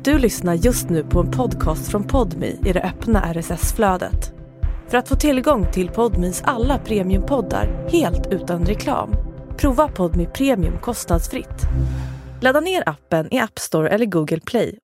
Du lyssnar just nu på en podcast från Podme i det öppna RSS-flödet. För att få tillgång till Podmes alla premiumpoddar helt utan reklam, prova Podme Premium kostnadsfritt. Ladda ner appen i App Store eller Google Play.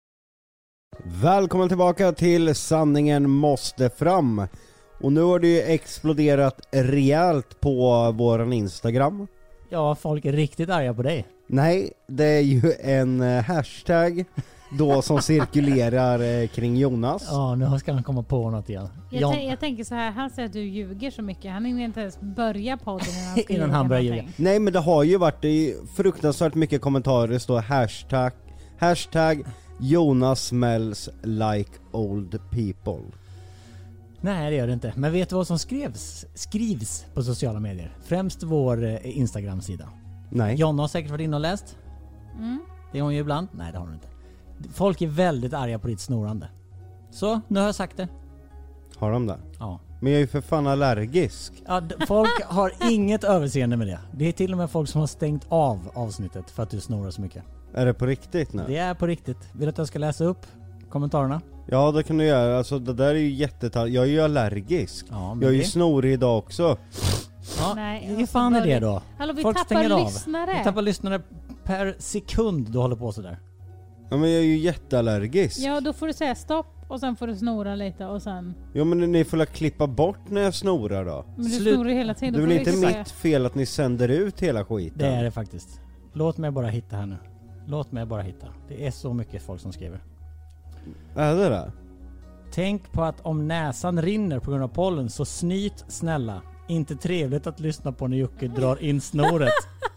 Välkommen tillbaka till Sanningen måste fram. Och nu har det ju exploderat rejält på våran Instagram. Ja, folk är riktigt arga på dig. Nej, det är ju en hashtag då som cirkulerar kring Jonas. Ja, nu ska han komma på något igen. Jag tänker så här, han säger att du ljuger så mycket. Han hinner inte ens börja podden innan han börjar ljuga. Nej, men det har ju varit fruktansvärt mycket kommentarer. Det står hashtag Jonas smells like old people. Nej, det gör det inte. Men vet du vad som skrivs på sociala medier? Främst vår Instagram-sida. Nej. Jonna har säkert varit inne och läst. Det är hon ju ibland. Nej, det har hon inte. Folk är väldigt arga på ditt snorande. Så, nu har jag sagt det. Har de det? Ja. Men jag är ju för fan allergisk. Ja, folk har inget överseende med det. Det är till och med folk som har stängt av avsnittet för att du snorar så mycket. Är det på riktigt nu? Det är på riktigt. Vill du att jag ska läsa upp kommentarerna? Ja, det kan du göra. Alltså det där är ju jättetal. Jag är ju allergisk. Ja, men jag är ju snorig idag också. Ja, Nej, hur fan är det då? Hallå, vi folk tappar lyssnare. Vi tappar lyssnare per sekund du håller på så där. Ja, men jag är ju jätteallergisk. Ja, då får du säga stopp och sen får du snora lite och sen... Ja, men ni får klippa bort när jag snorar då. Men du snorar hela tiden. Det är väl inte mitt fel att ni sänder ut hela skiten? Det är det faktiskt. Låt mig bara hitta här nu. Låt mig bara hitta. Det är så mycket folk som skriver. Är det där? Tänk på att om näsan rinner på grund av pollen så snyt snälla. Inte trevligt att lyssna på när Jocke drar in snoret.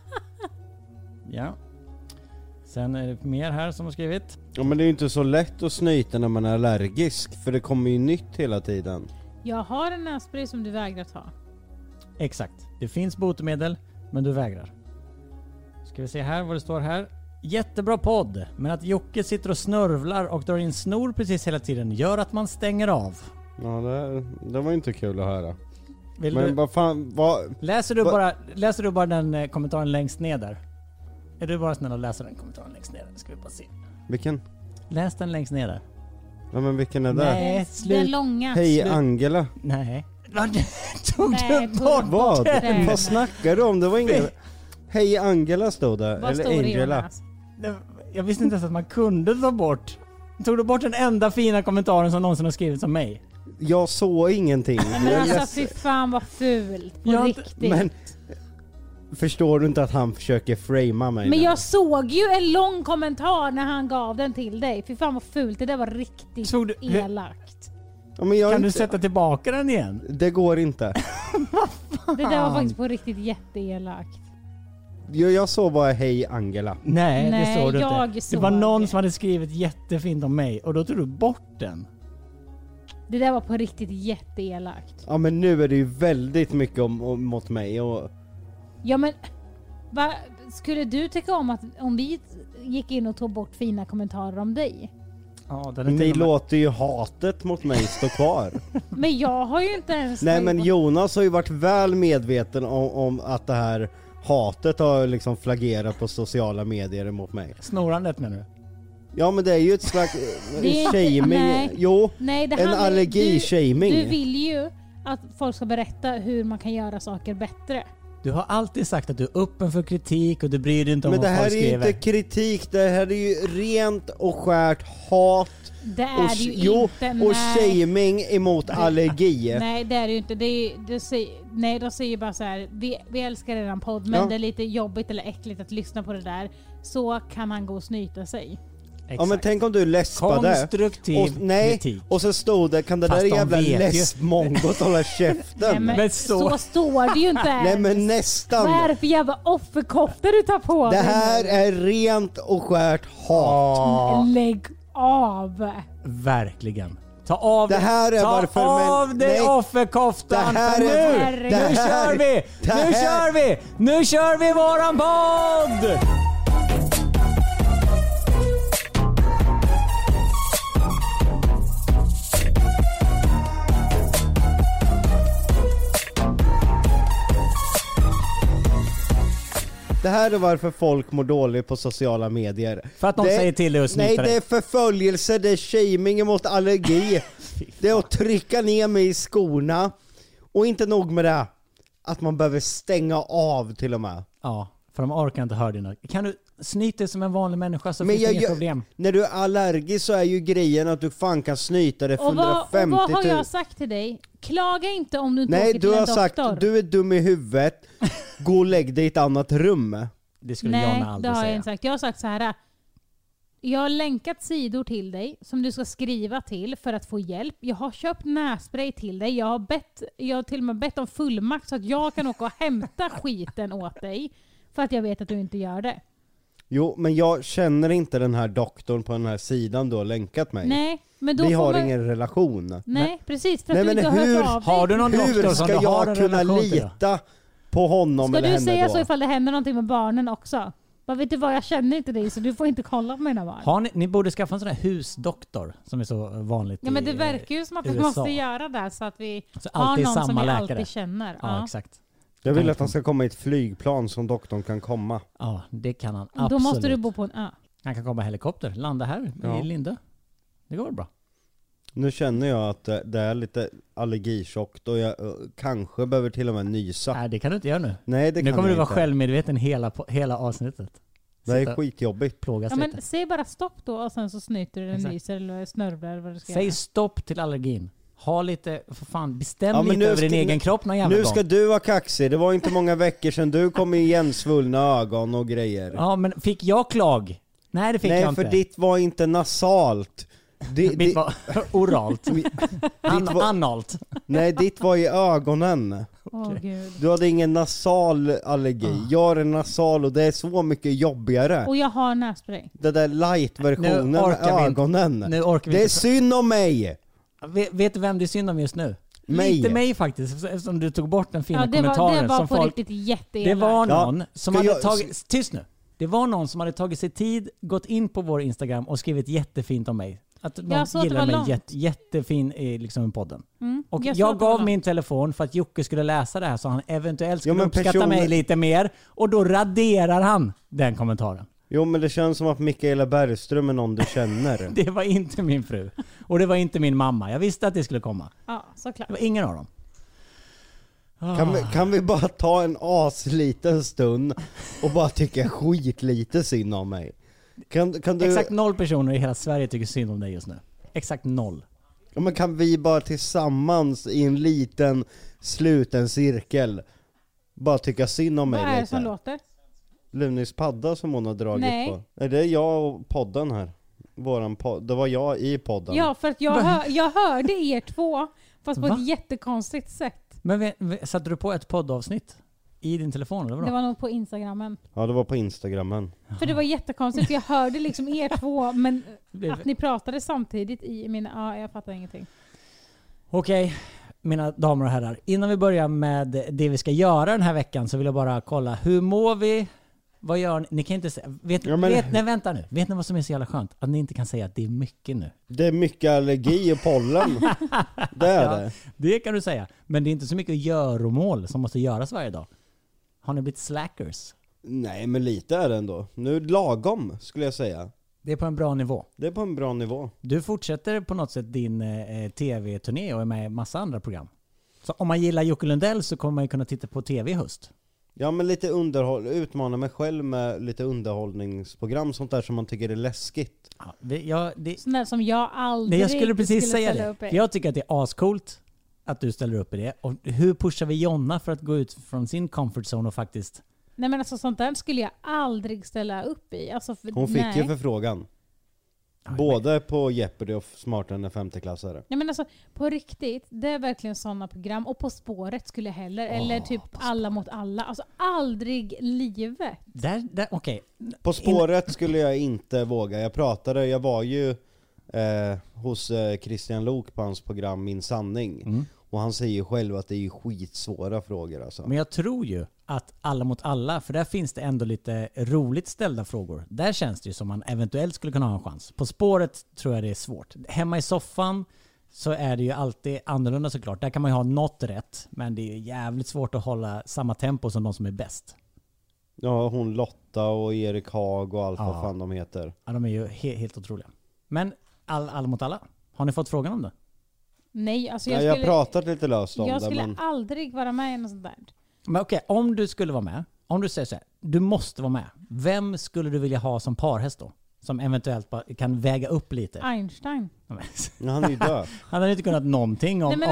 Ja. Sen är det mer här som har skrivit. Ja, men det är ju inte så lätt att snyta när man är allergisk. För det kommer ju nytt hela tiden. Jag har en nässpray som du vägrar ta. Exakt. Det finns botemedel, men du vägrar. Ska vi se här vad det står här. Jättebra podd, men att Jocke sitter och snörvlar och drar in snor precis hela tiden gör att man stänger av. Ja, det var inte kul att höra. Men vad fan, läser du bara den kommentaren längst ner där? Är du bara snäll och läser den kommentaren längst ner? Ska vi bara se. Vilken? Läs den längst ner där. Ja, men vilken är det? Nej, slut. Den långa. Hej Angela. Nej. Tog Nej, du bort vad? den? Vad snackar du om? Det var inget. Hej Angela stod det. Vad eller står det, Angela. Jonas? Jag visste inte ens att man kunde ta bort. Tog du bort den enda fina kommentaren som någonsin har skrivits om mig? Jag såg ingenting. Men alltså fy fan vad fult. På riktigt. Men förstår du inte att han försöker framea mig? Men nu? jag såg ju en lång kommentar när han gav den till dig. Fy fan vad fult. Det där var riktigt elakt. Ja, men kan du sätta tillbaka den igen? Det går inte. Det där var faktiskt på riktigt jätteelakt. Jag såg bara hej Angela. Nej, det såg du jag inte. såg Det var någon som hade skrivit jättefint om mig och då tog du bort den. Det där var på riktigt jätteelakt. Ja, men nu är det ju väldigt mycket mot mig och... Ja, men skulle du tycka om att om vi gick in och tog bort fina kommentarer om dig? Ja, ni låter ju hatet mot mig stå kvar. Men jag har ju inte ens... Nej, men Jonas har ju varit väl medveten om att det här hatet har liksom flaggerat på sociala medier mot mig. Snorandet menar du? Ja, men det är ju ett slags shaming. Nej. Jo, Nej, en allergi-shaming. Du vill ju att folk ska berätta hur man kan göra saker bättre. Du har alltid sagt att du är öppen för kritik och du bryr dig inte om vad folk skriver. Men det här är inte kritik, det här är ju rent och skärt hat. Det är det ju inte. Och shaming emot allergi. Nej, det är det ju inte. De säger bara så här: vi älskar redan podd, men det är lite jobbigt eller äckligt att lyssna på det där. Så kan han gå och snyta sig. Exakt. Ja, men tänk om du läspade. Konstruktiv kritik. Och så stod det, kan det där jävla läspmongot hålla käften? Nej, men så står det ju inte. Nej, men nästan. Vad är det för jävla offerkofta du tar på? Det här är rent och skärt hat. Lägg av. Verkligen. Ta av det här är varför av dig offerkoftan. Nu kör vi våran podd. Det här är varför folk mår dåligt på sociala medier. För att de säger till dig och snyter Nej, dig. det är förföljelse, det är shaming mot allergi. Det är att trycka ner mig i skorna. Och inte nog med det, att man behöver stänga av till och med. Ja, för de orkar inte höra dina. Kan du snyta dig som en vanlig människa så finns det inget problem. När du är allergisk så är ju grejen att du fan kan snyta dig 150 000. Och vad har jag sagt till dig? Klaga inte om du inte åker till du en har doktor. sagt, du är dum i huvudet. Gå och lägg dig i ett annat rum. Det skulle jag aldrig säga. Nej, det har jag inte sagt. Jag har sagt så här. Jag har länkat sidor till dig som du ska skriva till för att få hjälp. Jag har köpt nässpray till dig. Jag har till och med bett om fullmakt så att jag kan åka och hämta skiten åt dig. För att jag vet att du inte gör det. Jo, men jag känner inte den här doktorn på den här sidan du har länkat mig. Nej, men då vi får har man... ingen relation. Nej, precis. För att Nej, du men inte har hört av dig. Har du någon doktor Hur som ska du har jag en kunna relation till? lita på honom Ska eller du henne säga då? så ifall det händer någonting med barnen också? Vad vet du vad, jag känner inte dig så du får inte kolla på mina barn. Har ni borde skaffa en sån här husdoktor som är så vanligt Ja, men det verkar ju som att vi USA. måste göra det så att vi Så har alltid någon som samma vi läkare. alltid känner. Ja, exakt. Jag vill att han ska komma i ett flygplan som doktorn kan komma. Ja, det kan han absolut. Då måste du bo på en ö. Han kan komma helikopter, landa här i Linde. Det går bra. Nu känner jag att det är lite allergitjockt och jag kanske behöver till och med nysa. Nej, det kan du inte göra nu. Nej, det Nu kan kommer jag du vara inte. självmedveten hela avsnittet. Det är Sitta- skitjobbigt. Plågas Ja, men lite. säg bara stopp då och sen så snyter du den, Exakt. nyser eller snörvlar eller vad du ska Säg göra. stopp till allergin. Ha lite, för fan, bestäm Ja, men lite nu över din ska- egen kropp någon jävla Nu gång. ska du vara kaxig. Det var inte många veckor sedan du kom igen svullna ögon och grejer. Ja, men fick jag klag? Nej, det fick jag Nej, inte. för ditt var inte nasalt. Mitt var oralt. Analt. Nej, ditt var i ögonen. Åh gud. Du hade ingen nasal allergi. Jag har en nasal och det är så mycket jobbigare. Och jag har nässpray. Det där light-versionen Nu med orkar vi inte. ögonen. Nu orkar vi Det är inte. synd om mig! Vet du vem det är synd om just nu? Mig. Lite mig faktiskt, eftersom du tog bort den fina Ja, det kommentaren. var som på folk, riktigt jätteelakt. det var Ja, någon som ska hade jag- tagit... Tyst nu! Det var någon som hade tagit sig tid, gått in på vår Instagram och skrivit jättefint om mig. Att de Jag såg att det gillar var mig långt. jättefin i liksom podden. Och Jag såg jag att det var gav långt. min telefon för att Jocke skulle läsa det här så han eventuellt skulle men uppskatta personen- mig lite mer. Och då raderar han den kommentaren. Jo, men det känns som att Mikaela Bergström är någon du känner. Det var inte min fru. Och det var inte min mamma. Jag visste att det skulle komma. Ja, såklart. Det var ingen av dem. Kan vi bara ta en asliten stund och bara tycka skitlite synd om mig? Kan du... Exakt 0 personer i hela Sverige tycker synd om dig just nu. Exakt 0. Ja, men kan vi bara tillsammans i en liten sluten cirkel bara tycka synd om mig Vad är det lite? som låter? Lunis padda som hon har dragit Nej. på. Är det jag och podden här? Våran podd. Det var jag i podden. Ja, för att jag hörde er två, fast på Va? ett jättekonstigt sätt. Men satte du på ett poddavsnitt i din telefon eller vadå? Det var nog på Instagrammen. Ja, det var på Instagrammen. För det var jättekonstigt. Jag hörde liksom er två, men blev- att ni pratade samtidigt i min... Ja, jag fattar ingenting. Okej, mina damer och herrar. Innan vi börjar med det vi ska göra den här veckan så vill jag bara kolla. Hur mår vi? Vad gör ni? Ni kan inte säga... Nej, vänta nu. Vet ni vad som är så jävla skönt? Att ni inte kan säga att det är mycket nu. Det är mycket allergi och pollen. Det är Ja. det. Det kan du säga. Men det är inte så mycket göromål som måste göras varje dag. Har ni blivit slackers? Nej, men lite är det ändå. Nu lagom, skulle jag säga. Det är på en bra nivå. Det är på en bra nivå. Du fortsätter på något sätt din tv-turné och är med i massa andra program. Så om man gillar Jocke Lundell så kommer man ju kunna titta på tv i höst. Ja, men lite utmana mig själv med lite underhållningsprogram, sånt där som man tycker är läskigt. Ja, Sån där som jag aldrig Nej, jag skulle precis säga ställa det. upp i. För jag tycker att det är ascoolt att du ställer upp i det. Och hur pushar vi Jonna för att gå ut från sin comfort zone och faktiskt... Nej, men alltså sånt där skulle jag aldrig ställa upp i. Alltså, Hon fick nej. ju förfrågan. Både på Jeopardy och Smartare än en femteklassare. Nej, men alltså på riktigt, det är verkligen sådana program. Och På spåret skulle jag heller. Eller typ Alla mot alla. Alltså aldrig livet. Okej. På spåret skulle jag inte våga. Jag var ju hos Christian Lok på hans program Min sanning. Och han säger ju själv att det är ju skitsvåra frågor alltså. Men jag tror ju att Alla mot alla, för där finns det ändå lite roligt ställda frågor. Där känns det ju som man eventuellt skulle kunna ha en chans. På spåret tror jag det är svårt. Hemma i soffan så är det ju alltid annorlunda såklart. Där kan man ju ha något rätt. Men det är ju jävligt svårt att hålla samma tempo som de som är bäst. Ja, hon Lotta och Erik Haag och allt vad fan de heter. Ja, de är ju helt otroliga. Men alla mot alla. Har ni fått frågan om det? Nej, alltså Jag har pratat lite löst om det. Jag skulle aldrig vara med i något sånt där. Men okej, om du skulle vara med. Om du säger så här, du måste vara med. Vem skulle du vilja ha som parhäst då? Som eventuellt bara kan väga upp lite. Einstein. Ja, han är ju död. Han hade inte kunnat någonting om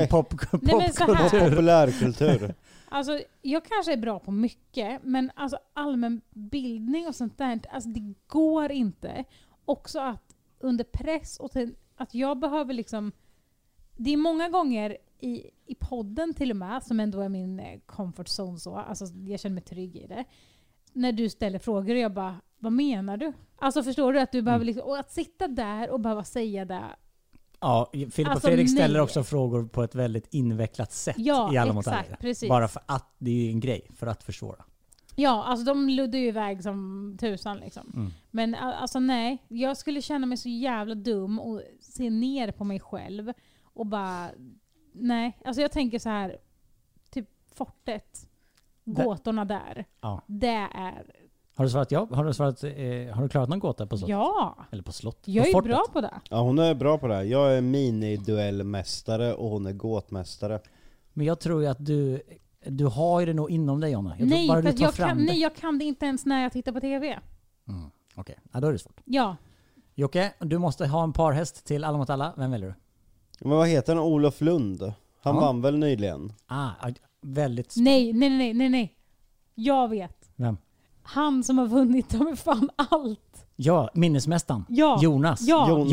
popkultur. Populärkultur. Alltså, jag kanske är bra på mycket, men alltså allmän bildning och sånt där, alltså det går inte. Också att under press och att jag behöver liksom... Det är många gånger i podden till och med, som ändå är min comfort zone så, alltså jag känner mig trygg i det. När du ställer frågor och jag bara, vad menar du? Alltså förstår du att du behöver liksom, och att sitta där och behöva säga det. Ja, Filip och Fredrik ställer också frågor på ett väldigt invecklat sätt i alla mot alla. Precis. Bara för att det är en grej, för att försvåra. Ja, alltså de luddar ju iväg som tusan liksom. Men alltså nej, jag skulle känna mig så jävla dum och se ner på mig själv och bara, nej. Alltså jag tänker så här, typ fortet, gåtorna där. Ja. Det är... Har du svarat ja? Har du klarat någon gåta på slott? Ja. Eller på slott? Jag är bra på det. Ja, hon är bra på det. Jag är miniduellmästare och hon är gåtmästare. Men jag tror ju att du har ju det nog inom dig, Jonna. Nej, jag kan det inte ens när jag tittar på TV. Okej, ja, då är det svårt. Ja. Jocke, du måste ha en parhäst till alla mot alla. Vem väljer du? Men vad heter han? Olof Lund? Han vann väl nyligen? Väldigt... Nej. Jag vet. Vem? Han som har vunnit med fan allt. Ja, minnesmästaren. Ja. Jonas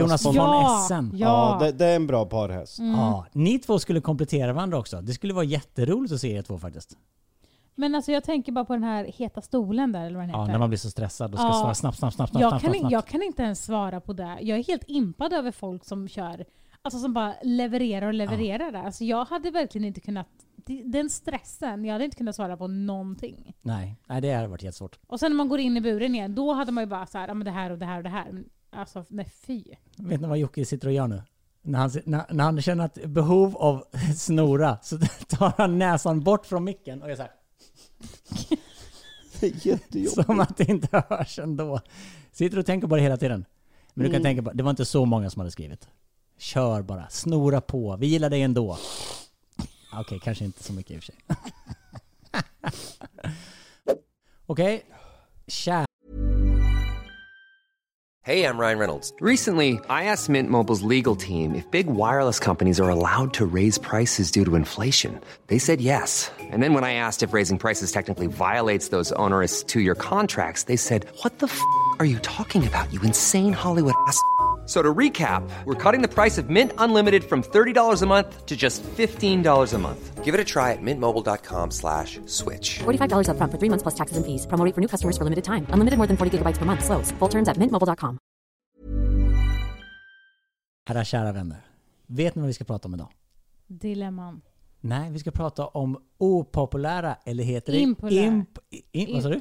von Essen. Ja, det är en bra parhäst. Ja, ni två skulle komplettera varandra också. Det skulle vara jätteroligt att se er två faktiskt. Men alltså jag tänker bara på den här heta stolen där, eller vad den heter. Ja, när man blir så stressad och ska svara snabbt. Jag kan inte ens svara på det. Jag är helt impad över folk som kör, alltså som bara levererar där. Alltså jag hade verkligen inte kunnat, den stressen, jag hade inte kunnat svara på någonting. Nej, det hade varit jättesvårt. Och sen när man går in i buren igen, då hade man ju bara så här, ja men det här och det här och det här. Men alltså, nej fy. Vet ni vad Jocke sitter och gör nu? När han känner ett behov av snora så tar han näsan bort från micken och gör så här. Det är jättejobbigt. Som att det inte hörs ändå. Sitter och tänker på det hela tiden. Men du kan tänka på, det var inte så många som hade skrivit. Kör bara, snora på. Vi gillar dig ändå. Okej, kanske inte så mycket i och för sig. Okej. Hey, I'm Ryan Reynolds. Recently, I asked Mint Mobile's legal team if big wireless companies are allowed to raise prices due to inflation. They said yes. And then when I asked if raising prices technically violates those onerous 2-year contracts, they said, "What the f*** are you talking about, you insane Hollywood ass?" So to recap, we're cutting the price of Mint Unlimited from $30 a month to just $15 a month. Give it a try at mintmobile.com/switch. $45 up front for 3 months plus taxes and fees. Promo rate for new customers for limited time. Unlimited more than 40 gigabytes per month. Slows full terms at mintmobile.com. Kära vänner. Vet ni vad vi ska prata om idag? Dilemman. Nej, vi ska prata om opopulära, eller heter det? Vad sa du?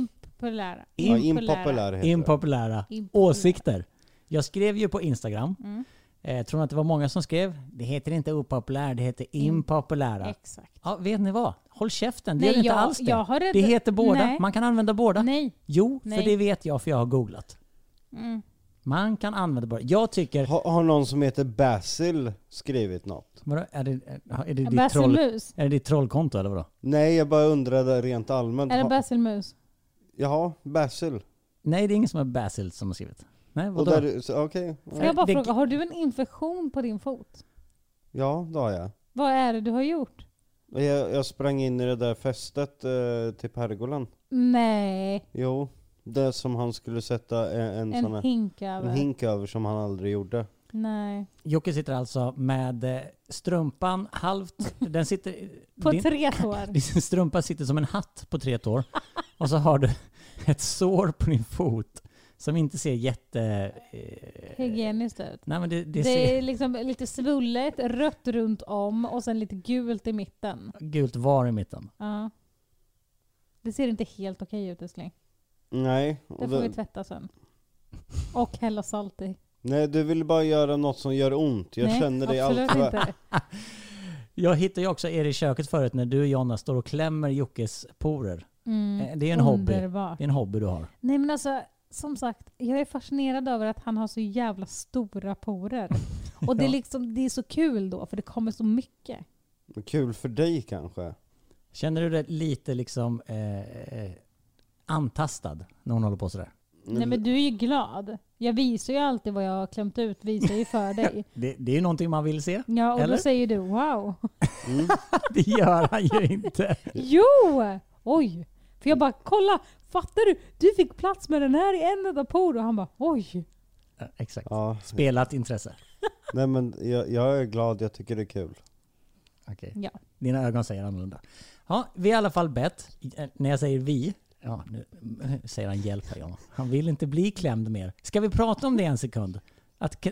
Impopulära åsikter. Jag skrev ju på Instagram. Tror ni att det var många som skrev? Det heter inte opopulär, det heter impopulära. Exakt. Ja, vet ni vad? Håll käften, det är inte alls det. Det heter båda. Nej. Man kan använda båda. Nej. Jo, för det vet jag, för jag har googlat. Man kan använda båda. Jag tycker... Har någon som heter Basil skrivit något? Vadå? Är det ditt trollkonto eller vadå? Nej, jag bara undrade rent allmänt. Är det Basil Mus? Jaha, Basil. Nej, det är ingen som är Basil som har skrivit. Nej, vadå? Okej. Får jag bara fråga, har du en infektion på din fot? Ja, det har jag. Vad är det du har gjort? Jag sprang in i det där fästet till pergolan. Nej. Jo, det som han skulle sätta en hink över. En hink över som han aldrig gjorde. Nej. Jocke sitter alltså med strumpan halvt. Den sitter... på 3 tår. Din strumpa sitter som en hatt på 3 tår. Och så har du ett sår på din fot. Som inte ser hygieniskt ut. Nej, men det är liksom lite svullet, rött runt om och sen lite gult i mitten. Gult var i mitten. Ja. Det ser inte helt okej ut, älskling. Nej. Det får vi tvätta sen. Och hälla salt i. Nej, du vill bara göra något som gör ont. Jag känner dig absolut inte. Jag hittade ju också er i köket förut när du och Jonna står och klämmer Jockes porer. Det är en hobby. Underbart. Det är en hobby du har. Nej men alltså, som sagt, jag är fascinerad över att han har så jävla stora porer. Och det är liksom, det är så kul då, för det kommer så mycket. Kul för dig kanske. Känner du dig lite liksom antastad när hon håller på sådär? Nej men du är ju glad. Jag visar ju alltid vad jag har klämt ut, visar ju för dig. Det är ju någonting man vill se. Ja, och eller? då säger du wow. Det gör han ju inte. Jo! Oj! För jag bara, kolla, fattar du? Du fick plats med den här i en enda por. Och han bara, oj. Ja, exakt. Ja. Spelat intresse. Nej men jag är glad, jag tycker det är kul. Okej. Ja. Dina ögon säger annorlunda. Ja, vi har i alla fall bett. När jag säger vi, ja, nu säger han hjälp här, John. Han vill inte bli klämd mer. Ska vi prata om det en sekund? Att,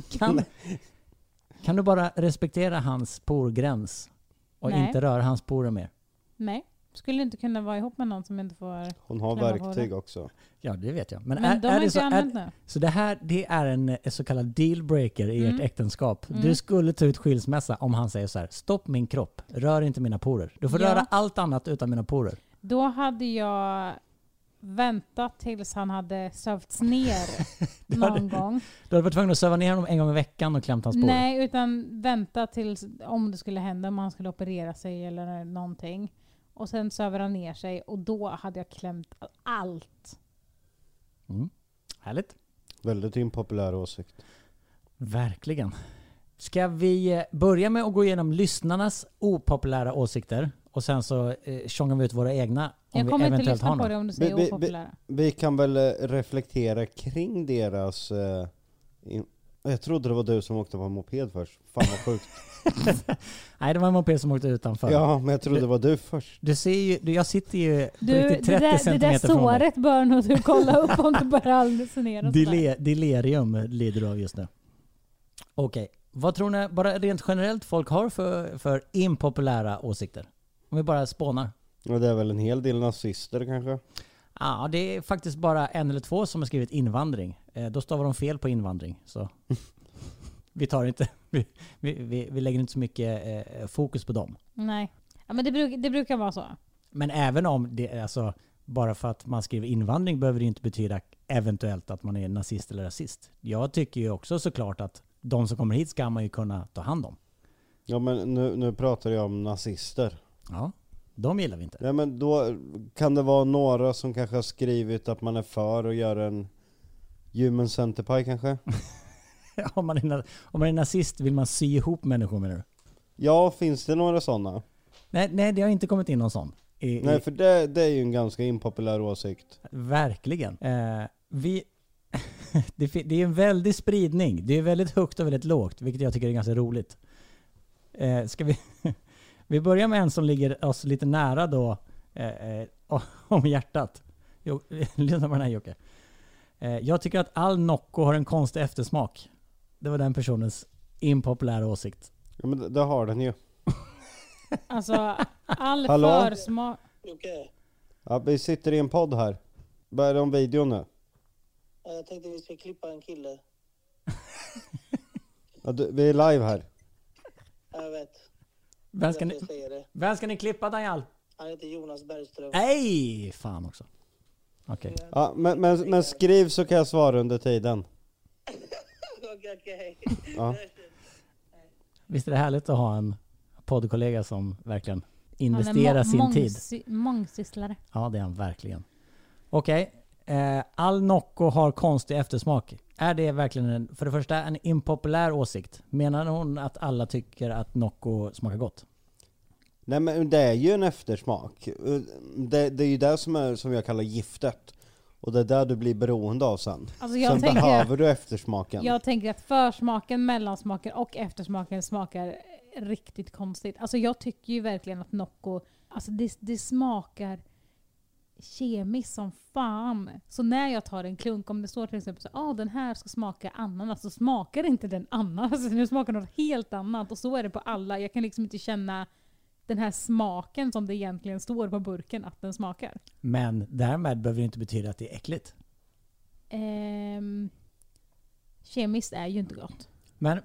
kan du bara respektera hans porgräns och Nej. inte röra hans porer mer? Nej, skulle inte kunna vara ihop med någon som inte får... Hon har klämma på verktyg det. också. Ja, det vet jag. Men Men de har inte använt nu. så det här, det är en så kallad dealbreaker i ert äktenskap. Du skulle ta ut skilsmässa om han säger så här: stopp min kropp, rör inte mina porer. Du får Ja. röra allt annat utan mina porer. Då hade jag väntat tills han hade sövts ner någon gång. Du hade varit tvungen att söva ner honom en gång i veckan och klämt hans porer. Nej, utan vänta tills om det skulle hända, om han skulle operera sig eller någonting. Och sen söver han ner sig och då hade jag klämt allt. Härligt. Väldigt impopulär åsikt. Verkligen. Ska vi börja med att gå igenom lyssnarnas opopulära åsikter och sen så tjongar vi ut våra egna om Jag vi kommer inte eventuellt lyssna har på någon. det om du säger opopulära. Vi kan väl reflektera kring deras... jag trodde det var du som åkte på moped först. Fan vad sjukt. Nej, det var en moped som åkte utanför. Ja, men jag trodde det var du först. Du ser ju, jag sitter ju på Du, riktigt 30 det där centimeter från dig. såret bör nog du kolla upp om du börjar hallucinera. Delirium lider du av just nu. Okej, vad tror ni bara rent generellt folk har för impopulära åsikter? Om vi bara spånar. Och det är väl en hel del nazister kanske? Ja, det är faktiskt bara en eller två som har skrivit invandring. Då stavar de fel på invandring. Så vi tar inte, vi lägger inte så mycket fokus på dem. Nej, ja, men det brukar vara så. Men även om det, alltså, bara för att man skriver invandring behöver det inte betyda eventuellt att man är nazist eller rasist. Jag tycker ju också såklart att de som kommer hit ska man ju kunna ta hand om. Ja, men nu pratar jag om nazister. Ja, de gillar vi inte. Ja, men då kan det vara några som kanske har skrivit att man är för att göra en human centipede kanske? Om man är nazist vill man sy ihop människor, menar du? Ja, finns det några sådana? Nej, det har inte kommit in någon sån. Nej, för det är ju en ganska impopulär åsikt. Verkligen. Det är en väldig spridning. Det är väldigt högt och väldigt lågt, vilket jag tycker är ganska roligt. Ska vi börjar med en som ligger oss lite nära då, om hjärtat. Lyssna på den här, Jocke. Jag tycker att all Nocco har en konstig eftersmak. Det var den personens impopulära åsikt. Ja, men det har den ju. Alltså, all Hallå? försmak... Ja, vi sitter i en podd här. Börjar om video nu. Jag tänkte vi ska klippa en kille. Ja, vi är live här. Jag vet. Vem ska ni klippa, Daniel? Han heter Jonas Bergström. Nej, fan också. Okej. Ja, men skriv så kan jag svara under tiden. Okej. Ja. Visst är det härligt att ha en poddkollega som verkligen investerar sin tid. Mångsysslare. Ja, det är han verkligen. Okej. All Nocco har konstig eftersmak. Är det verkligen för det första en impopulär åsikt? Menar hon att alla tycker att Nocco smakar gott? Nej, men det är ju en eftersmak. Det är ju det som jag kallar giftet. Och det är där du blir beroende av sen. Alltså sen behöver du eftersmaken. Jag tänker att försmaken, mellansmaken och eftersmaken smakar riktigt konstigt. Alltså jag tycker ju verkligen att Nocco, alltså det smakar kemiskt som fan. Så när jag tar en klunk, om det står till exempel så den här ska smaka ananas, så smakar inte den ananas. Nu smakar något helt annat. Och så är det på alla. Jag kan liksom inte känna den här smaken som det egentligen står på burken att den smakar. Men därmed behöver det inte betyda att det är äckligt. Kemiskt är ju inte gott. Men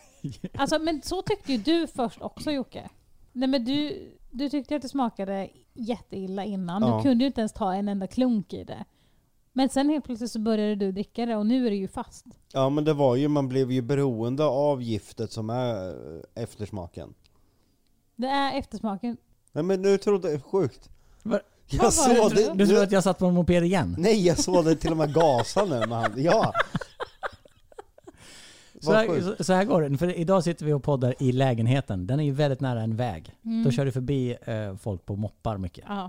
Alltså, men så tyckte ju du först också, Jocke. Nej, men du tyckte att det smakade jätteilla innan. Ja. Du kunde ju inte ens ta en enda klunk i det. Men sen helt plötsligt så började du dricka det och nu är det ju fast. Ja men det var ju, man blev ju beroende av giftet som är eftersmaken. Det är eftersmaken. Nej men nu trodde jag, sjukt. Vad Jag såg det. Du tror att jag satt på en moped igen? Nej, jag såg det till och med gasa nu med han. Ja. Så här går det, för idag sitter vi och poddar i lägenheten. Den är ju väldigt nära en väg. Då kör du förbi folk på moppar mycket. Ja.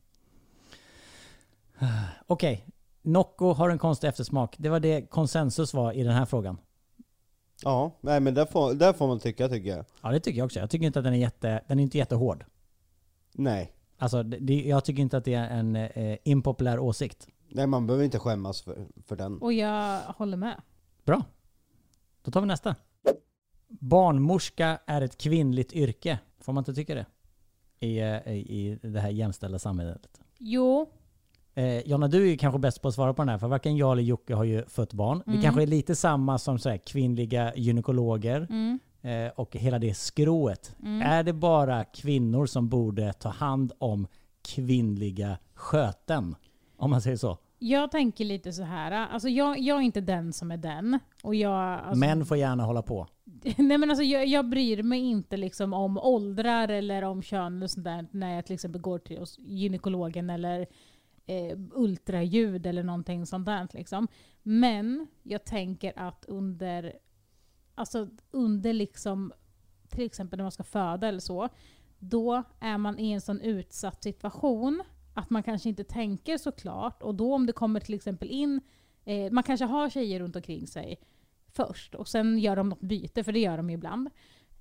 Okej, Nocco har en konstig eftersmak. Det var det konsensus var i den här frågan. Ja, nej men där får man tycker jag. Ja, det tycker jag också. Jag tycker inte att den är inte jättehård. Nej. Alltså, jag tycker inte att det är en impopulär åsikt. Nej, man behöver inte skämmas för den. Och jag håller med. Bra. Då tar vi nästa. Barnmorska är ett kvinnligt yrke. Får man inte tycka det? I det här jämställda samhället. Jo. Jonna, du är ju kanske bäst på att svara på den här. För varken jag eller Jocke har ju fött barn. Vi kanske är lite samma som så här, kvinnliga gynekologer. Och hela det skrået. Är det bara kvinnor som borde ta hand om kvinnliga sköten? Om man säger så. Jag tänker lite så här. Alltså jag är inte den som är den. Och män får gärna hålla på. Nej men alltså jag bryr mig inte liksom om åldrar eller om kön och sånt där när jag till exempel går till gynekologen eller ultraljud eller någonting sånt där liksom. Men jag tänker att under liksom till exempel när man ska föda eller så, då är man i en sån utsatt situation att man kanske inte tänker så klart, och då om det kommer till exempel in man kanske har tjejer runt omkring sig först och sen gör de något byte, för det gör de ju ibland.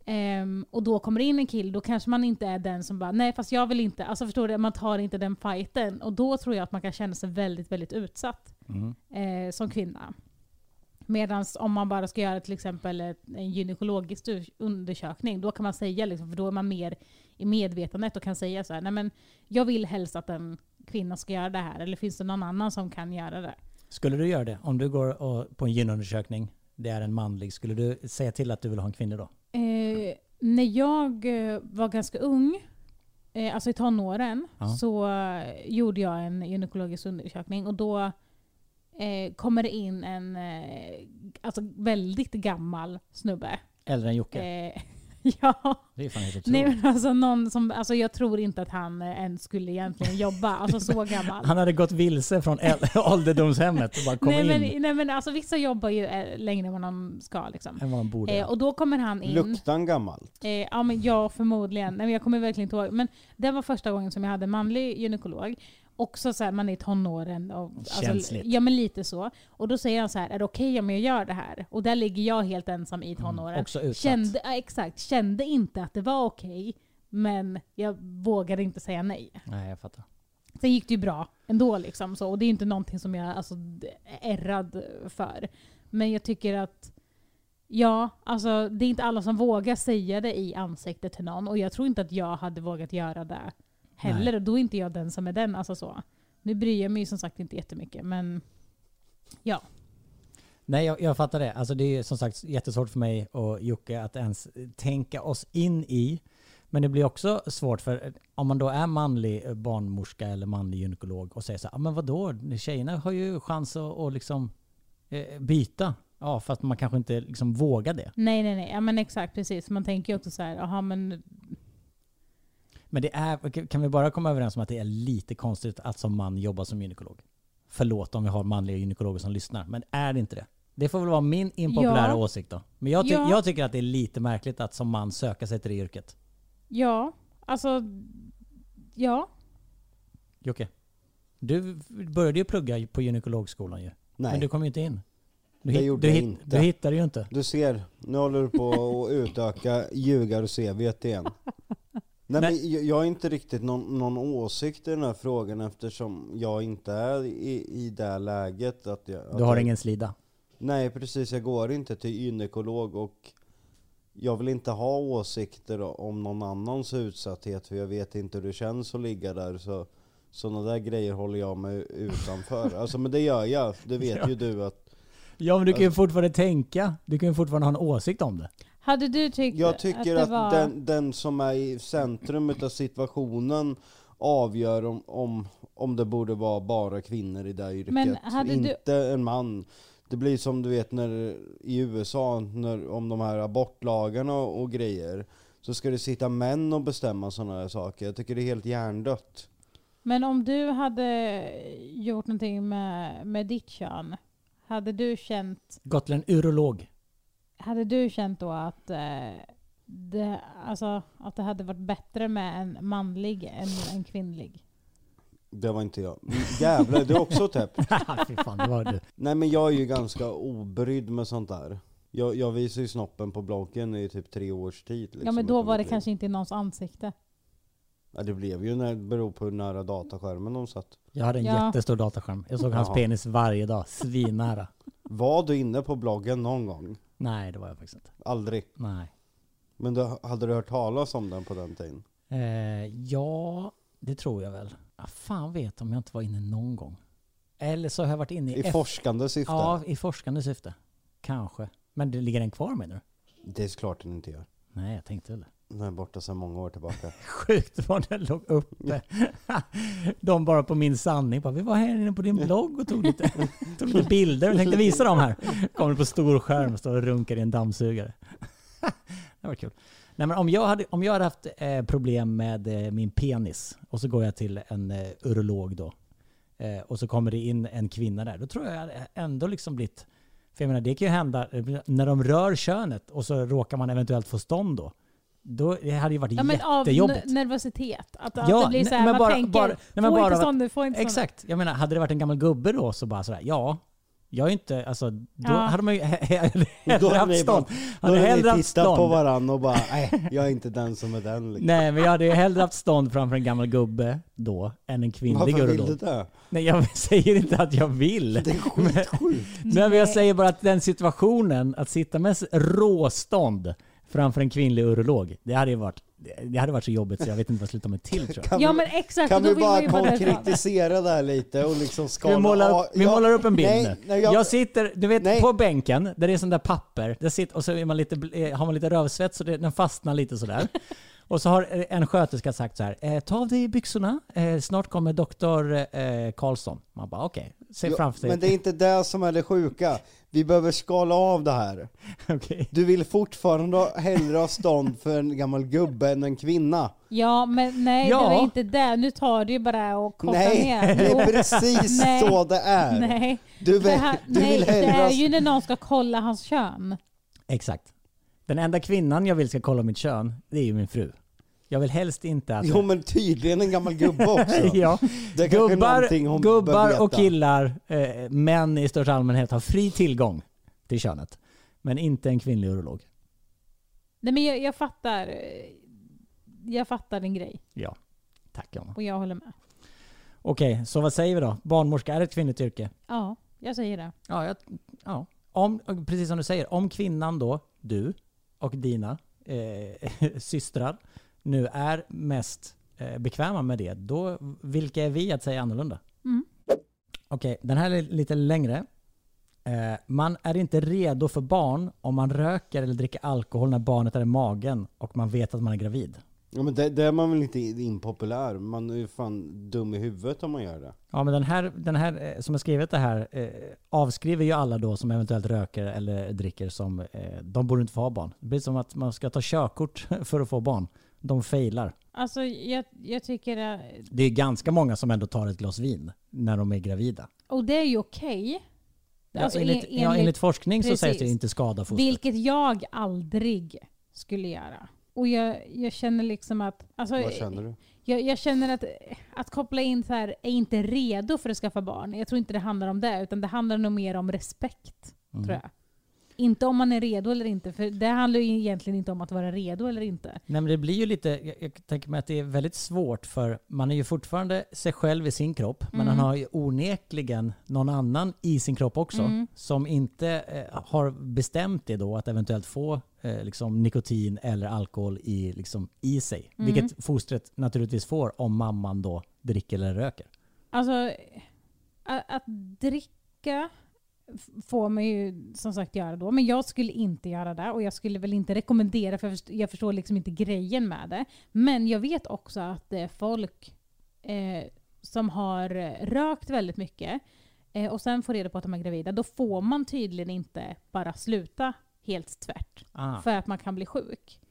Och då kommer in en kill, då kanske man inte är den som bara, nej fast jag vill inte, alltså förstår du, man tar inte den fighten, och då tror jag att man kan känna sig väldigt, väldigt utsatt som kvinna. Medan om man bara ska göra till exempel en gynekologisk undersökning, då kan man säga liksom, för då är man mer i medvetandet och kan säga så här, nej men jag vill helst att en kvinna ska göra det här, eller finns det någon annan som kan göra det? Skulle du göra det? Om du går på en gynundersökning, det är en manlig, skulle du säga till att du vill ha en kvinna då? När jag var ganska ung, alltså i tonåren, så gjorde jag en gynekologisk undersökning, och då kommer det in en alltså väldigt gammal snubbe. Äldre än Jocke? Ja. Det är fan helt otroligt. Nej men alltså någon som, alltså jag tror inte att han ens skulle egentligen jobba, alltså så gammal. Han hade gått vilse från ålderdomshemmet och bara kom in. Nej men alltså vissa jobbar ju längre än vad de ska liksom. Än vad de borde. Och då kommer han in. Luktan gammalt? Ja men ja, förmodligen. Nej men jag kommer verkligen inte ihåg. Men det var första gången som jag hade en manlig gynekolog. Också så här, man är i tonåren och alltså, ja men lite så. Och då säger han så här, är det okej om jag gör det här? Och där ligger jag helt ensam i tonåren. Också utsatt. Kände inte att det var okej, men jag vågade inte säga nej. Nej, jag fattar. Sen gick det ju bra ändå liksom så, och det är inte någonting som jag alltså är rädd för. Men jag tycker att ja, alltså det är inte alla som vågar säga det i ansiktet till någon, och jag tror inte att jag hade vågat göra det heller. Och då är inte jag den som är den, alltså så. Nu bryr jag mig som sagt inte jättemycket, men ja. Nej, jag fattar det. Alltså det är som sagt jättesvårt för mig och Jocke att ens tänka oss in i. Men det blir också svårt för om man då är manlig barnmorska eller manlig gynekolog och säger så här, men vadå? Tjejerna har ju chans att liksom byta. Ja, för att man kanske inte liksom vågar det. Nej. Ja men exakt, precis. Man tänker ju också så här, jaha men... Men det är, kan vi bara komma överens om att det är lite konstigt att som man jobba som gynekolog? Förlåt om vi har manliga gynekologer som lyssnar, men är det inte det? Det får väl vara min impopulära åsikt då. Men jag tycker att det är lite märkligt att som man söka sig till det yrket. Ja, alltså... Ja. Jocke, du började ju plugga på gynekologskolan ju. Nej. Men du kom ju inte in. Du hittade ju inte. Du ser, nu håller du på att utöka ljugar och CV:t igen. Nej, men jag har inte riktigt någon åsikt i den här frågan, eftersom jag inte är i det läget att du har ingen slida? Nej, precis. Jag går inte till gynekolog, och jag vill inte ha åsikter om någon annans utsatthet, för jag vet inte hur det känns att ligga där, så sådana där grejer håller jag mig utanför. Alltså, men det gör jag. Det vet ju du att... Ja, men du kan ju fortfarande tänka. Du kan ju fortfarande ha en åsikt om det. Hade du tyckt jag tycker att det var... den som är i centrum av situationen avgör om det borde vara bara kvinnor i det yrket. Men inte en man. Det blir som du vet när i USA om de här abortlagarna och grejer, så ska det sitta män och bestämma sådana här saker. Jag tycker det är helt hjärndött. Men om du hade gjort någonting med ditt kön, hade du känt... Gått till en urolog. Hade du känt då att det hade varit bättre med en manlig än en kvinnlig? Det var inte jag. Jävlar, du är också täpp. Fy fan, det var du. Nej, men jag är ju ganska obrydd med sånt där. Jag visar ju snoppen på bloggen i typ 3 års tid. Liksom, Ja, men då var det kanske inte i någons ansikte. Ja, det blev ju när det beror på hur nära dataskärmen de satt. Jag hade en jättestor dataskärm. Jag såg hans penis varje dag, svinnära. Var du inne på bloggen någon gång? Nej, det var jag faktiskt inte. Aldrig? Nej. Men hade du hört talas om den på den tiden? Ja, det tror jag väl. Jag fan vet om jag inte var inne någon gång. Eller så har jag varit inne i forskande syfte? Ja, i forskande syfte. Kanske. Men det ligger den kvar med nu? Det är klart den inte gör. Nej, jag tänkte väl. Den är borta sedan många år tillbaka. Sjukt vad den låg uppe. De bara på min sanning. Bara, vi var här inne på din blogg och tog lite bilder. Jag tänkte visa dem här. Kommer på stor skärm och står och runkar i en dammsugare. Det var kul. Nej, men om jag hade haft problem med min penis och så går jag till en urolog då och så kommer det in en kvinna där, då tror jag ändå liksom blivit, för jag menar det kan ju hända när de rör könet och så råkar man eventuellt få stånd då det hade ju varit jättejobbigt. Av nervositet. Att det blir så här, men man tänker, får inte stånd nu, får inte stånd. Exakt, jag menar, hade det varit en gammal gubbe då så bara sådär, jag är inte, alltså då hade man ju hellre haft stånd. Då hade ni tittat på varandra och bara, nej, jag är inte den som är den. Liksom. Nej, men jag hade ju hellre haft stånd framför en gammal gubbe då än en kvinnlig urolog. Varför vill du det? Nej, jag säger inte att jag vill. Det är skitsjukt. Men jag säger bara att den situationen, att sitta med råstånd framför en kvinnlig urolog, det hade varit så jobbigt så jag vet inte vad sluta med till, tror jag. Men exakt. Kan vi bara konkretisera det här lite och liksom skala? Vi målar upp en bild. Nej, jag sitter, du vet, på bänken där det är sån där papper, där sitter, och så är har man lite rövsvett så den fastnar lite sådär. Och så har en sköterska sagt så här: ta av dig byxorna, snart kommer doktor Karlsson. Man bara okej, se framför sig. Men det är inte det som är det sjuka. Vi behöver skala av det här. Okay. Du vill fortfarande hellre ha stånd för en gammal gubbe än en kvinna. Ja, men nej, det var inte det. Nu tar du ju bara och kortar ner. Nej, det är precis så det är. Nej, du vill det är ju när någon ska kolla hans kön. Exakt. Den enda kvinnan jag vill ska kolla mitt kön, det är ju min fru. Jag vill helst inte att... Jo, men tydligen en gammal gubbe också. Ja. Gubbar och killar, män i största allmänhet har fri tillgång till könet. Men inte en kvinnlig urolog. Nej, men jag fattar. Jag fattar din grej. Ja, tack Jonna. Och jag håller med. Okej, så vad säger vi då? Barnmorska är ett kvinnligt yrke? Ja, jag säger det. Ja. Precis som du säger, om kvinnan då, du och dina systrar nu är mest bekväma med det, då vilka är vi att säga annorlunda? Okej, den här är lite längre. Man är inte redo för barn om man röker eller dricker alkohol när barnet är i magen och man vet att man är gravid. Ja, men det är man väl inte impopulär. Man är ju fan dum i huvudet om man gör det. Ja, men den här som har skrivit det här avskriver ju alla då som eventuellt röker eller dricker som de borde inte få ha barn. Det blir som att man ska ta körkort för att få barn. De failar. Alltså jag tycker att... Det är ganska många som ändå tar ett glas vin när de är gravida. Och det är ju okej. Ja, alltså, enligt forskning precis, så sägs det inte skada fostret. Vilket jag aldrig skulle göra. Och jag känner liksom att... Alltså, vad känner du? Jag känner att koppla in så här, är inte redo för att skaffa barn. Jag tror inte det handlar om det, utan det handlar nog mer om respekt, tror jag. Inte om man är redo eller inte, för det handlar ju egentligen inte om att vara redo eller inte. Nej, men det blir ju lite, jag tänker mig att det är väldigt svårt, för man är ju fortfarande sig själv i sin kropp, men han har ju onekligen någon annan i sin kropp också som inte har bestämt det då att eventuellt få liksom nikotin eller alkohol i sig. Vilket fostret naturligtvis får om mamman då dricker eller röker. Alltså att dricka får man ju som sagt göra då, men jag skulle inte göra det, och jag skulle väl inte rekommendera, för jag förstår liksom inte grejen med det. Men jag vet också att det är folk som har rökt väldigt mycket och sen får reda på att de är gravida, då får man tydligen inte bara sluta helt tvärt. För att man kan bli sjuk.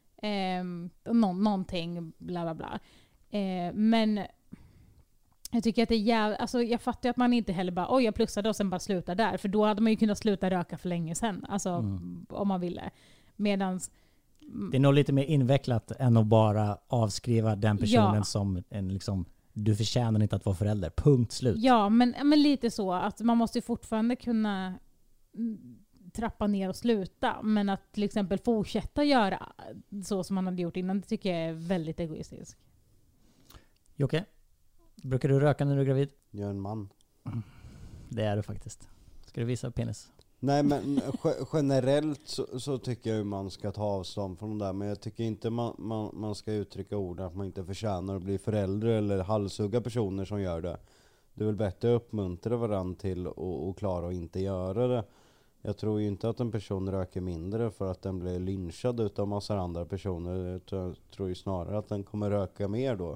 Någonting bla bla bla. Men jag tycker att det är jävligt, alltså jag fattar att man inte heller bara jag plussade och sen bara slutar där. För då hade man ju kunnat sluta röka för länge sedan. Alltså om man ville. Medans det är nog lite mer invecklat än att bara avskriva den personen som en liksom, du förtjänar inte att vara förälder. Punkt slut. Ja, men lite så att man måste ju fortfarande kunna trappa ner och sluta. Men att till exempel fortsätta göra så som man hade gjort innan, det tycker jag är väldigt egoistiskt. Jocke, brukar du röka när du är gravid? Jag är en man. Det är du faktiskt. Ska du visa penis? Nej, men generellt så tycker jag ju man ska ta avstånd från det där. Men jag tycker inte man ska uttrycka ord att man inte förtjänar att bli förälder eller halshugga personer som gör det. Det är väl bättre att uppmuntra varandra till att klara och inte göra det. Jag tror ju inte att en person röker mindre för att den blir lynchad utav massor andra personer. Jag tror ju snarare att den kommer röka mer då.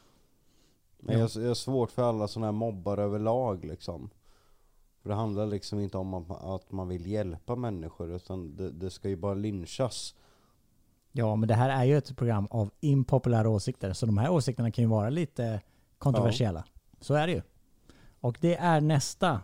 Men jag är svårt för alla sådana här mobbar överlag liksom. För det handlar liksom inte om att man vill hjälpa människor, utan det ska ju bara lynchas. Ja, men det här är ju ett program av impopulära åsikter. Så de här åsikterna kan ju vara lite kontroversiella. Ja. Så är det ju. Och det är nästa.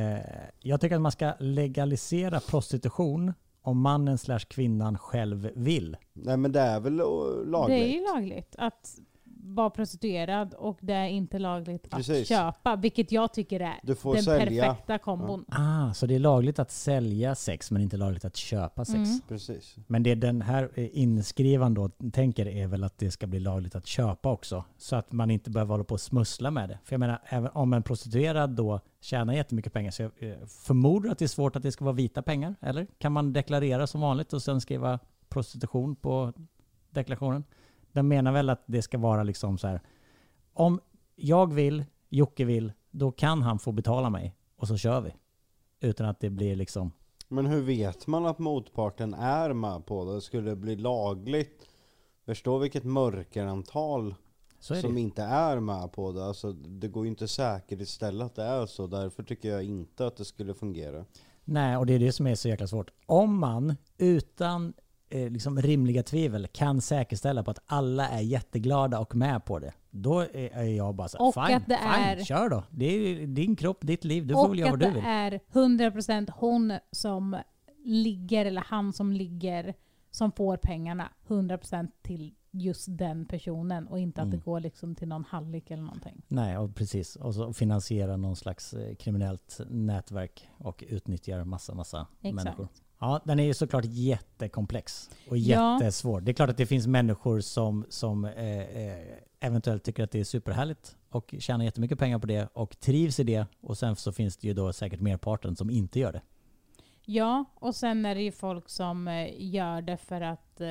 Jag tycker att man ska legalisera prostitution om mannen / kvinnan själv vill. Nej, men det är väl lagligt? Det är ju lagligt att vara prostituerad och det är inte lagligt att köpa, vilket jag tycker är den perfekta kombon. Ja. Så det är lagligt att sälja sex men inte lagligt att köpa sex. Precis. Men det den här inskrivan då tänker är väl att det ska bli lagligt att köpa också, så att man inte behöver hålla på och smussla med det. För jag menar, även om en prostituerad då tjänar jättemycket pengar, så jag förmodar att det är svårt att det ska vara vita pengar, eller? Kan man deklarera som vanligt och sen skriva prostitution på deklarationen? Den menar väl att det ska vara liksom så här: om jag vill, Jocke vill, då kan han få betala mig och så kör vi. Utan att det blir liksom... Men hur vet man att motparten är med på det? Skulle det bli lagligt? Förstå vilket mörkerantal som inte är med på det. Alltså, det går ju inte säkerställa att det är så. Därför tycker jag inte att det skulle fungera. Nej, och det är det som är så jäkla svårt. Om man utan liksom rimliga tvivel kan säkerställa på att alla är jätteglada och med på det, då är jag bara så fine, kör då. Det är din kropp, ditt liv, du får väl göra vad du vill. Och att det är 100% hon som ligger, eller han som ligger, som får pengarna 100% till just den personen och inte att det går liksom till någon hallick eller någonting. Nej, och precis. Och så finansiera någon slags kriminellt nätverk och utnyttjar massa människor. Ja, den är ju såklart jättekomplex och jättesvår. Det är klart att det finns människor som eventuellt tycker att det är superhärligt och tjänar jättemycket pengar på det och trivs i det. Och sen så finns det ju då säkert merparten som inte gör det. Ja, och sen är det ju folk som gör det för att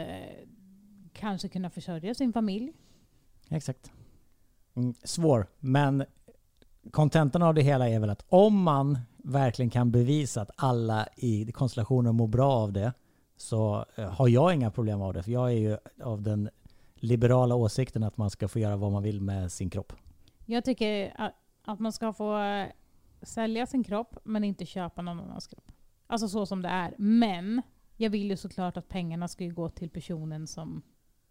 kanske kunna försörja sin familj. Exakt. Svår, men kontentan av det hela är väl att om man verkligen kan bevisa att alla i konstellationer mår bra av det, så har jag inga problem av det. För jag är ju av den liberala åsikten att man ska få göra vad man vill med sin kropp. Jag tycker att man ska få sälja sin kropp men inte köpa någon annans kropp. Alltså så som det är. Men jag vill ju såklart att pengarna ska gå till personen som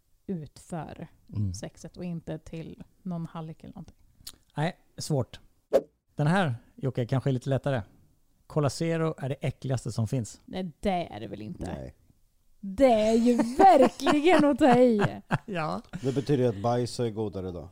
utför sexet och inte till någon hallick eller någonting. Nej, svårt. Den här, Jocke, kanske är lite lättare. Cola Zero är det äckligaste som finns. Nej, det är det väl inte. Nej. Det är ju verkligen att ta i. Ja. Det betyder att bajs är godare då.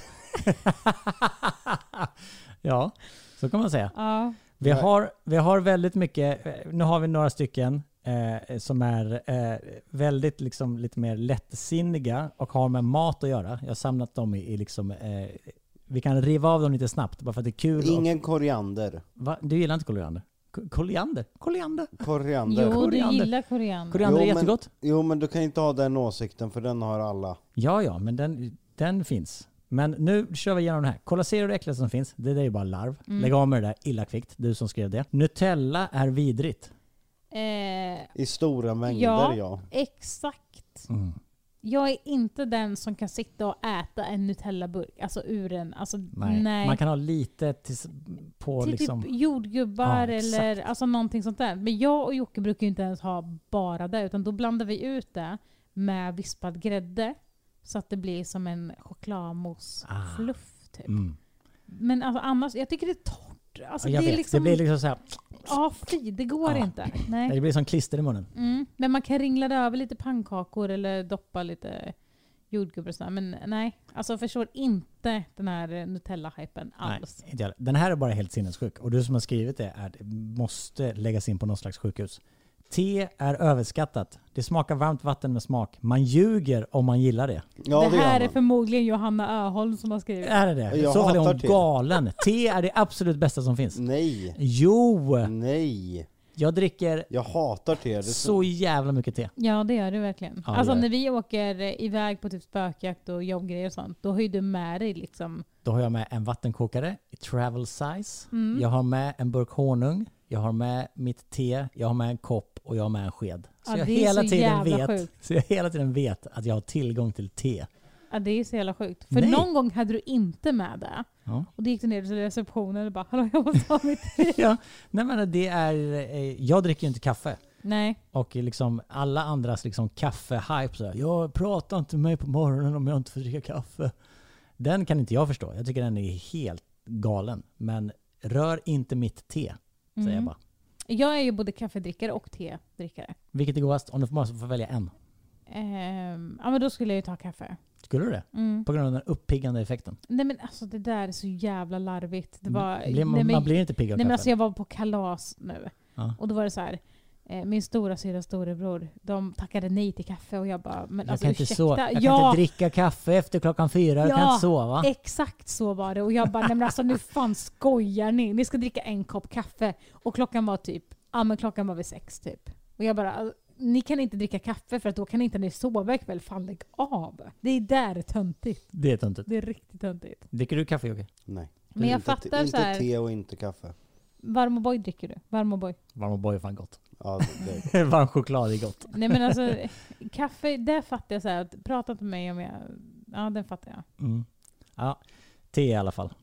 Ja, så kan man säga. Ja. Vi har väldigt mycket, nu har vi några stycken som är väldigt liksom lite mer lättsinniga och har med mat att göra. Jag har samlat dem i liksom... vi kan riva av dem lite snabbt bara för att det är kul. Ingen koriander. Va? Du gillar inte koriander? Koriander? Jo, du gillar koriander. Koriander är jättegott. Jo, men du kan inte ha den åsikten för den har alla. Ja, men den finns. Men nu kör vi igenom den här. Cola Zero är det äckligaste som finns. Det är ju bara larv. Lägg av med det där illa kvickt. Du som skrev det. Nutella är vidrigt. I stora mängder, ja. Exakt. Jag är inte den som kan sitta och äta en Nutella-burk. Alltså ur en... Alltså, nej. Man kan ha lite på till liksom... typ jordgubbar Ja, eller alltså någonting sånt där. Men jag och Jocke brukar ju inte ens ha bara det. Utan då blandar vi ut det med vispad grädde. Så att det blir som en chokladmousse-fluff typ. Men alltså, annars, jag tycker det är torrt. Alltså, jag det är vet, liksom, det blir liksom så här... Ja, det går inte. Nej. Det blir som klister i munnen. Men man kan ringla det över lite pannkakor eller doppa lite jordgubbar och sådär. Men nej, alltså jag förstår inte den här Nutella-hypen alls. Nej, inte jag. Den här är bara helt sinnessjuk. Och du som har skrivit det är det måste läggas in på något slags sjukhus. Te är överskattat. Det smakar varmt vatten med smak. Man ljuger om man gillar det. Ja, det här är förmodligen Johanna Öholm som har skrivit. Är det? Jag så fall är hon hatar te. galen. Te är det absolut bästa som finns. Nej. Jo! Nej. Jag dricker Jag hatar te. Det är så jävla mycket te. Ja, det gör du verkligen. Ja, alltså det gör när vi åker iväg på typ spökjakt och jobbgrejer och sånt, då har ju du med dig liksom... Då har jag med en vattenkokare i travel size. Jag har med en burk honung. Jag har med mitt te. Jag har med en kopp och jag har med en sked. Så, jag hela tiden vet att jag har tillgång till te. Ja, det är så jävla sjukt. För någon gång hade du inte med det. Ja. Och då gick du ner till receptionen och bara, hallå, jag måste ha mitt te. Ja, nej men det är... Jag dricker ju inte kaffe. Nej. Och liksom alla andras liksom kaffe-hype så här, jag pratar inte med mig på morgonen om jag inte får dricka kaffe. Den kan inte jag förstå. Jag tycker den är helt galen. Men rör inte mitt te, säger jag bara. Jag är ju både kaffedrickare och tedrickare. Vilket är godast? Om du bara får välja en. Ja, men då skulle jag ju ta kaffe. Skulle du det? På grund av den uppiggande effekten? Nej men alltså det där är så jävla larvigt. Det var, man blir inte pigg av kaffe. Men alltså jag var på kalas nu. Ja. Och då var det så här. Min stora syra storebror, de tackade nej till kaffe och jag bara, men jag alltså kan inte dricka kaffe efter 4:00. Jag kan inte sova. Exakt så var det. Och jag bara, nej men alltså nu fan skojar ni. Ni ska dricka en kopp kaffe. Och klockan var typ, klockan var vid 6 typ. Och jag bara, ni kan inte dricka kaffe för att då kan inte ni sova ikväll. Fan, lägg av. Det är där töntigt. Det är töntigt. Det är riktigt töntigt. Dricker du kaffe, Jocke? Nej. Men jag fattar så här. Inte te och inte kaffe. Varm O'boy dricker du? Varm O'boy. Varm O'boy är fan gott. Ja, det är varm choklad är gott. Nej men alltså, kaffe, där fattar jag så här. Prata inte med mig om jag... Ja, den fattar jag. Ja, te i alla fall.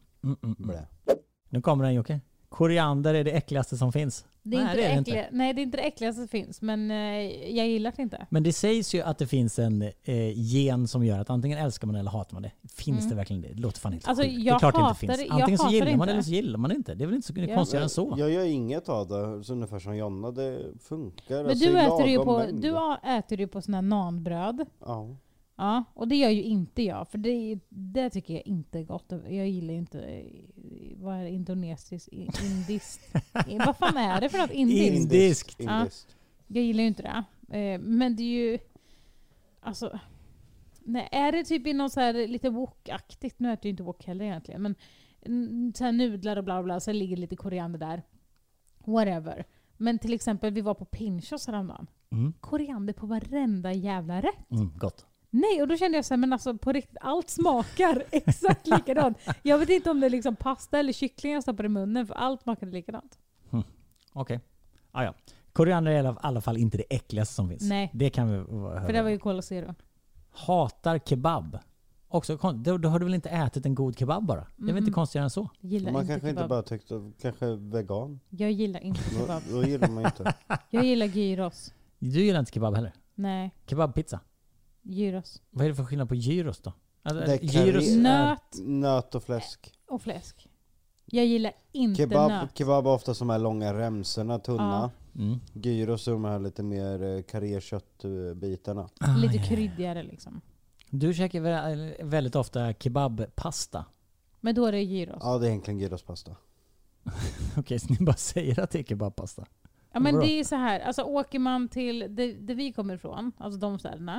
Nu kommer den, Jocke. Koriander är det äckligaste som finns. Det är inte det äckligaste som finns, men jag gillar det inte. Men det sägs ju att det finns en gen som gör att antingen älskar man eller hatar man det. Finns det verkligen det? Det låter fan helt alltså, sjukt. Det är klart det inte finns. Antingen så gillar man det eller så gillar man det inte. Det är väl inte så konstigare än så. Jag gör inget av det, så ungefär som Jonna. Det funkar. Men alltså, du äter ju på såna här nanbröd. Ja. Ja, och det gör ju inte jag. För det tycker jag inte är gott. Jag gillar ju inte... Vad är det? Indonesiskt? Indiskt? Vad fan är det för något? Indiskt. Ja, jag gillar ju inte det. Men det är ju... Alltså... Nej, är det typ i något så här lite wok-aktigt? Nu äter jag inte wok heller egentligen. Men så här nudlar och bla bla. Så ligger lite koriander där. Whatever. Men till exempel, vi var på Pinchos häromdagen. Koriander på varenda jävla rätt. Gott. Nej, och då kände jag så här, men alltså på riktigt, allt smakar exakt likadant. Jag vet inte om det är liksom pasta eller kyckling jag stoppar i munnen, för allt smakar likadant. Okej. Ja. Koriander är i alla fall inte det äckligaste som finns. Nej. Det kan vi höra. För det var ju Cola Zero. Hatar kebab. Också, då har du väl inte ätit en god kebab bara? Det är väl inte konstigare än så? Man kanske inte bara tyckte, kanske vegan. Jag gillar inte kebab. Då gillar man inte. Jag gillar gyros. Du gillar inte kebab heller? Nej. Kebabpizza? Gyros. Vad är det för skillnad på gyros då? Alltså, gyros nöt och fläsk. Och fläsk. Jag gillar inte nöt. Kebab är ofta som här långa remsorna, tunna. Gyros är de här lite mer karréköttbitarna. Lite kryddigare liksom. Du käkar väldigt ofta kebabpasta. Men då är det gyros. Ja, det är egentligen gyrospasta. Okej, så ni bara säger att det är kebabpasta? Ja, men det är så här. Alltså åker man till där vi kommer ifrån, alltså de städerna,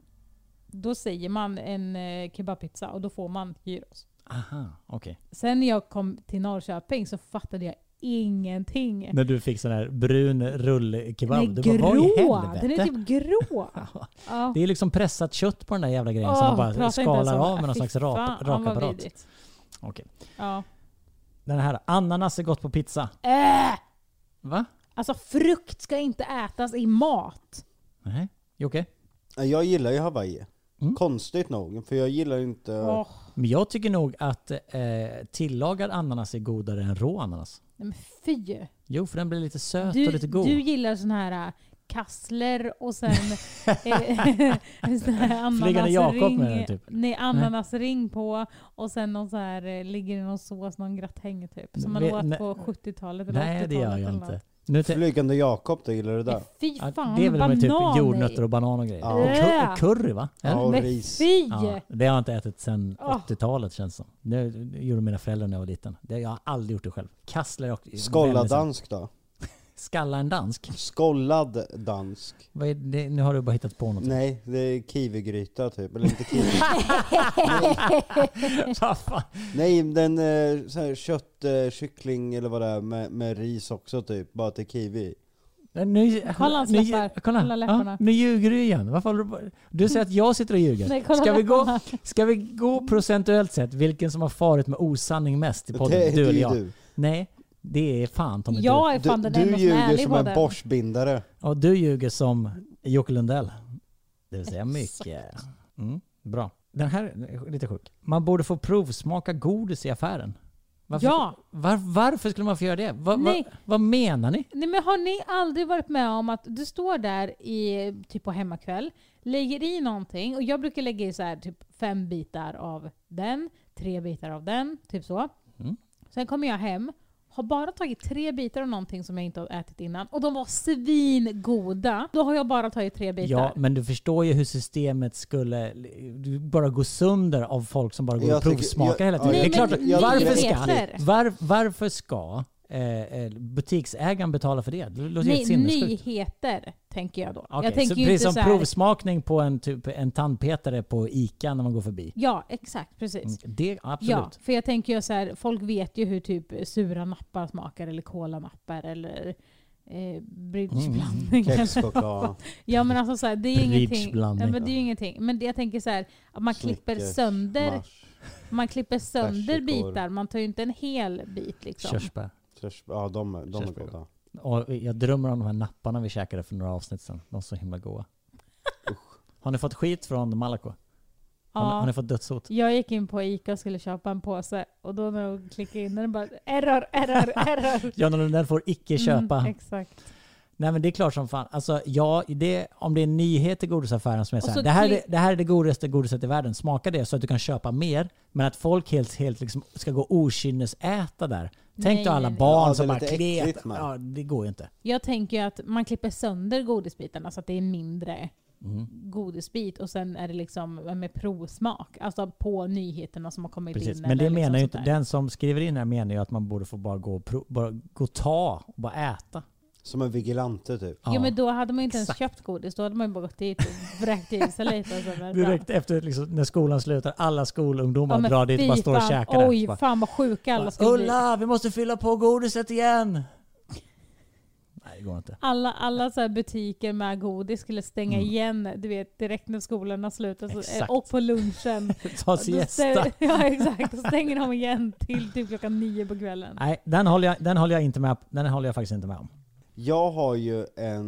då säger man en kebabpizza och då får man gyros. Aha, okej. Sen när jag kom till Norrköping så fattade jag ingenting. När du fick sån här brun rullkebab. Nej, du grå! Bara, vad i helvete? Den är typ grå. Ja. Det är liksom pressat kött på den där jävla grejen som man bara skalar av med någon slags rakapparat. Okej. Ja. Den här ananas är gott på pizza. Va? Alltså frukt ska inte ätas i mat. Nej. Jocke? Jag gillar ju Hawaii. Konstigt nog, för jag gillar inte... Men jag tycker nog att tillagad ananas är godare än rå ananas. Nej, men fy. Jo, för den blir lite söt och lite god. Du gillar sån här kassler och sen sån här Flygande Jakob med den, ananasring. typ. Nej, ananasring på. Och sen någon så här, ligger i någon sås, någon gratäng typ. Som man åt på 70-talet eller 80-talet. Nej, det gör jag eller inte. Flygande Jakob, då gillar du det? Fy fan, det är väl med typ banan jordnötter och banan och grejer. Ja. Och curry, va? Ja, och Men ris. fy! Ja, det har jag inte ätit sedan 80-talet känns som. Det gjorde mina föräldrar när jag var liten. Jag har aldrig gjort det själv. Kassler och... Skollad dansk då? Skalla en dansk? Skollad dansk. Vad är det? Nu har du bara hittat på något. Nej, det är kiwigryta typ. Eller inte kiwi. Nej, den så här köttkyckling eller vad det är med ris också typ. Bara till kiwi. Kolla hans läppar. Kolla läpparna. Nu ljuger du igen. Varför håller du på? Du säger att jag sitter och ljuger. Nej, kolla ska vi gå procentuellt sett vilken som har farit med osanning mest i podden? Det Du eller är jag? du. Nej, det är fan Tommy. Jag är fan den enda Du som är ljuger ärlig som på en den. borstbindare. Och du ljuger som Jocke Lundell. Det vill säga mycket. Bra. Den här är lite sjuk. Man borde få provsmaka godis i affären. Varför skulle man få göra det? Vad menar ni? Nej, men har ni aldrig varit med om att du står där i typ på hemmakväll, lägger i någonting, och jag brukar lägga i så här typ 5 bitar av den, 3 bitar av den, typ så. Sen kommer jag hem, har bara tagit 3 bitar av någonting som jag inte har ätit innan, och de var svingoda. Då har jag bara tagit 3 bitar. Ja, men du förstår ju hur systemet skulle bara gå sönder av folk som bara går och provsmakar hela tiden. Nej, det är klart, varför ska butiksägaren betala för det? Det låter nej, helt sinnessjukt. Nyheter tänker jag då. Okay, jag tänker så ju precis inte som så här... provsmakning på en tandpetare på ICA när man går förbi. Ja, exakt, precis. Det, absolut. Ja, för jag tänker ju så här, folk vet ju hur typ sura nappar smakar, eller kolanappar, eller bridgeblandning. Ja, men alltså så här, det är ingenting. Ja, men det är ju ingenting. Men det, jag tänker så här, att man klipper sönder. Man klipper sönder bitar. Man tar ju inte en hel bit liksom. Körsbär. Ja, de är goda. Och jag drömmer om de här napparna vi käkade för några avsnitt sedan. De är så himla goda. Har ni fått skit från Malaco? Har ni fått dödshot? Jag gick in på ICA och skulle köpa en påse. Och då när jag klickade in den bara error. Ja, när den får icke köpa. Exakt. Nej, men det är klart som fan. Alltså, om det är en nyhet i godisaffären som är så här, det här är det godaste godiset i världen. Smaka det så att du kan köpa mer. Men att folk helt liksom ska gå okynnesäta där. Tänk dig alla barn som bara kletar. Ja, det går ju inte. Jag tänker ju att man klipper sönder godisbitarna så att det är mindre godisbit. Och sen är det liksom med provsmak. Alltså på nyheterna som har kommit in. Men det liksom menar ju inte. Den som skriver in här menar ju att man borde få bara gå och ta och bara äta. Som en vigilante typ. Ja, men då hade man ju inte ens köpt godis. Då hade man ju bara gått dit och vräkt i sig lite. Och så direkt efter liksom, när skolan slutar, alla skolungdomar drar dit och bara står och käkar. Oj, fan vad sjuka alla skulle bli. Ulla, vi måste fylla på godiset igen. Nej, det går inte. Alla så här butiker med godis skulle stänga igen, du vet, direkt när skolorna slutar. Och på lunchen. Ta siesta. Ja, exakt. Och stänger de igen till typ 9:00 på kvällen. Nej, den håller jag inte med. Den håller jag faktiskt inte med om. Jag har ju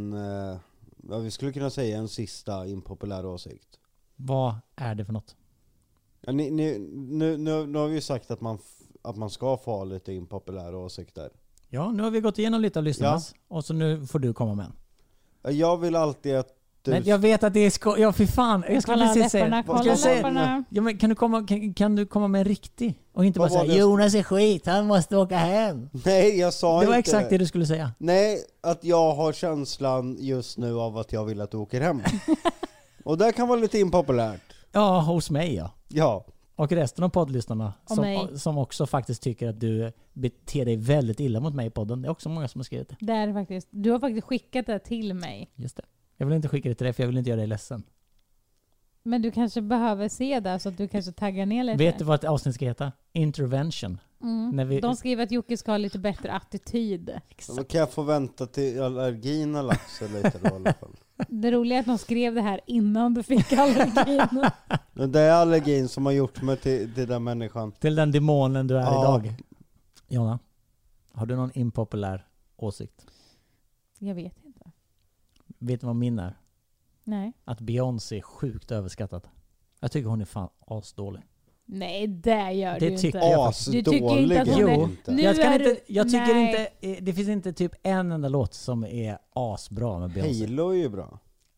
vi skulle kunna säga en sista impopulär åsikt. Vad är det för något? Ja, nu har vi ju sagt att man ska få ha lite impopulära åsikter. Ja, nu har vi gått igenom lite av lyssnarnas. Ja. Och så nu får du komma med en. Jag vill alltid att du... Men jag vet att det är ja, fy fan. Jag ska precis säga. Ja, men kan du komma med en riktig? Och inte bara säga, Jonas är skit, han måste åka hem. Nej, jag sa inte det. Var exakt det du skulle säga. Nej, att jag har känslan just nu av att jag vill att du åker hem. Och det kan vara lite impopulärt. Ja, hos mig ja. Ja. Och resten av poddlyssnarna som också faktiskt tycker att du beter dig väldigt illa mot mig i podden. Det är också många som har skrivit det. Det är faktiskt. Du har faktiskt skickat det till mig. Just det. Jag vill inte skicka det till dig för jag vill inte göra dig ledsen. Men du kanske behöver se det så att du kanske taggar ner lite. Vet du vad ett avsnitt ska heta? Intervention. De skriver att Jocke ska ha lite bättre attityd. Exakt. Kan jag få vänta till allergin har lagt sig lite då i alla fall? Det roliga är att de skrev det här innan du fick allergin. Det är allergin som har gjort mig till den människan. Till den demonen du är idag. Jonna, har du någon impopulär åsikt? Jag vet inte. Vet du vad min är? Nej. Att Beyoncé är sjukt överskattad. Jag tycker hon är fan asdålig. Nej, det gör Det du tycker inte. jag Asdålig Du tycker inte att hon är är... hon inte. Nu Jag tycker nej. inte, det finns inte typ en enda låt som är asbra med Beyoncé. Halo är ju bra.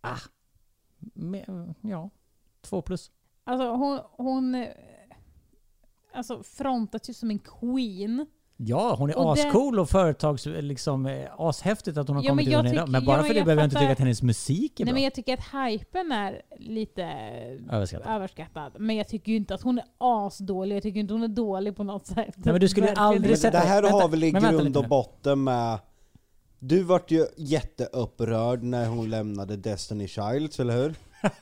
Ja, 2+. Alltså hon alltså frontat ju som en queen. Ja, hon är Och ascool och företags liksom ashäftigt att hon har Ja, kommit men till jag den idag. tycker- Men bara ja, för men det jag behöver jag inte fattar- tycka att hennes musik är Nej, bra. men jag tycker att hypen är lite Överskattad. Men jag tycker ju inte att hon är asdålig. Jag tycker inte hon är dålig på något sätt. Nej, men du skulle Verkligen aldrig inte. sätta- Det här Vänta, har väl i men vänta grund lite och nu. botten med... Du vart ju jätteupprörd när hon lämnade Destiny Childs, eller hur?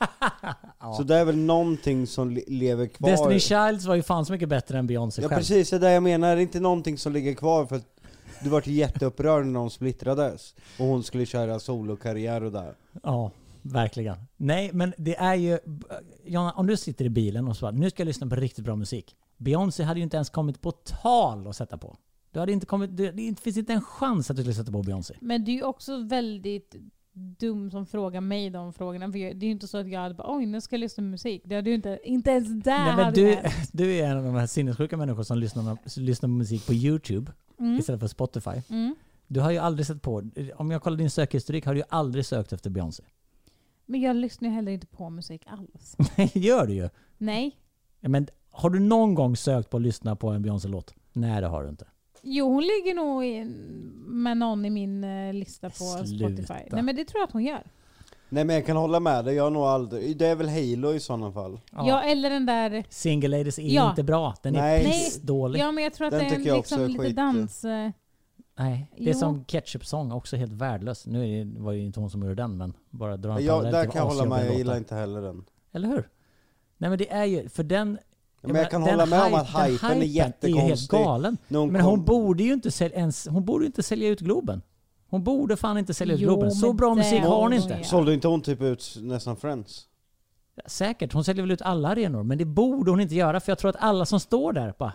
Så det är väl någonting som lever kvar. Destiny Childs var ju fan så mycket bättre än Beyoncé Ja själv. precis, det är det jag menar. Det är inte någonting som ligger kvar för att du vart jätteupprörd när de splittrades. Och hon skulle köra solokarriär och där. Ja, verkligen. Nej, men det är ju... Jonna, om du sitter i bilen och så nu ska jag lyssna på riktigt bra musik. Beyoncé hade ju inte ens kommit på tal att sätta på. Du hade inte kommit, det finns inte en chans att du skulle sätta på Beyoncé. Men du är ju också väldigt dum som frågar mig de frågorna. För det är ju inte så att jag hade bara, oj nu ska jag lyssna på musik. Det hade ju inte ens där Nej, men hade jag. du är en av de här sinnessjuka människor som lyssnar på musik på YouTube istället för Spotify. Mm. Du har ju aldrig sett på... Om jag kollar din sökhistorik har du ju aldrig sökt efter Beyoncé. Men jag lyssnar ju heller inte på musik alls. Nej, gör du ju. Nej. Ja, men har du någon gång sökt på att lyssna på en Beyoncé-låt? Nej, det har du inte. Jo, hon ligger nog med någon i min lista på Sluta. Spotify. Nej, men det tror jag att hon gör. Nej men jag kan hålla med dig, jag har nog aldrig... Det är väl Halo i sådana fall. Ja, eller den där... Single Ladies är Ja. inte bra. Den är Nej. pissdålig. Ja, men jag tror att Den det tycker är jag också liksom är lite skit. dans... Nej, det är Jo. som Ketchup-sång, också helt värdelös. Nu var ju inte hon som gjorde den, men bara dra en Ja, parallell där till kan jag hålla med, jag asjobbiga gillar låtar. inte heller den. Eller hur? Nej, men det är ju... För den... Men jag kan den hålla med om att den hypen är är ju helt jättekonstig. galen. När hon Men kom- hon borde ju inte hon borde inte sälja ut Globen. Hon borde fan inte sälja ut Jo, Globen. Så men bra det musik har hon hon inte. gör. Sålde inte hon typ ut nästan Friends? Säkert, hon säljer väl ut alla arenor. Men det borde hon inte göra. För jag tror att alla som står där bara...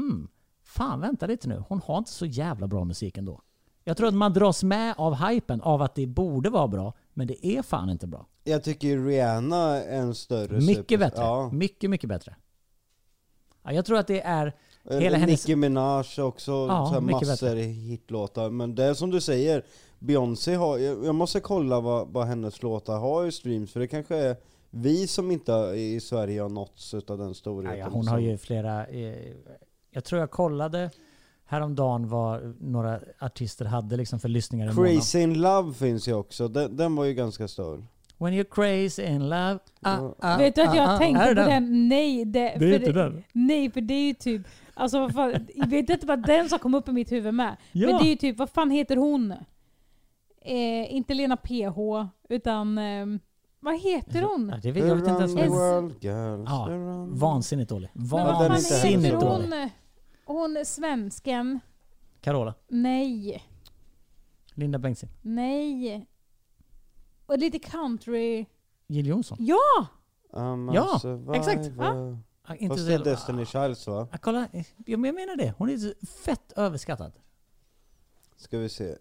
Fan, vänta lite nu. Hon har inte så jävla bra musik ändå. Jag tror att man dras med av hypen av att det borde vara bra. Men det är fan inte bra. Jag tycker ju Rihanna är en större Mycket bättre. Ja. Mycket, mycket bättre. Ja, jag tror att det är hela hennes... Nicki Minaj också, Ja, så här mycket massor bättre. hitlåtar. Men det är som du säger, Beyoncé har... Jag måste kolla vad hennes låtar har i streams. För det kanske är vi som inte i Sverige har nåtts av den storheten. Ja, hon har ju flera... jag tror jag kollade häromdagen vad några artister hade liksom för lyssningar i månaden. Crazy in Love finns ju också, den var ju ganska stor. When you're crazy in love... Vet du att jag tänkte Är på det den? Nej, Det är inte den. Nej, för det är ju typ... Alltså vad fan, jag vet inte vad den som kom upp i mitt huvud med. Ja. Men det är ju typ, vad fan heter hon? Inte Lena PH, utan... vad heter hon? Ja, det vet jag vet inte ens vad the det är. world, girls, Ja, around. vansinnigt dålig. Men vad fan den är inte Vansinnigt heller heter dålig. hon svensken? Carola. Nej. Linda Bengtzing. Nej. Och lite country. Jill Johnson. Ja! I'm a Ja, survivor. exakt. Fast Inte det så är jävla- Destiny Childs va? Kolla, jag menar det. Hon är så fett överskattad. Ska vi se.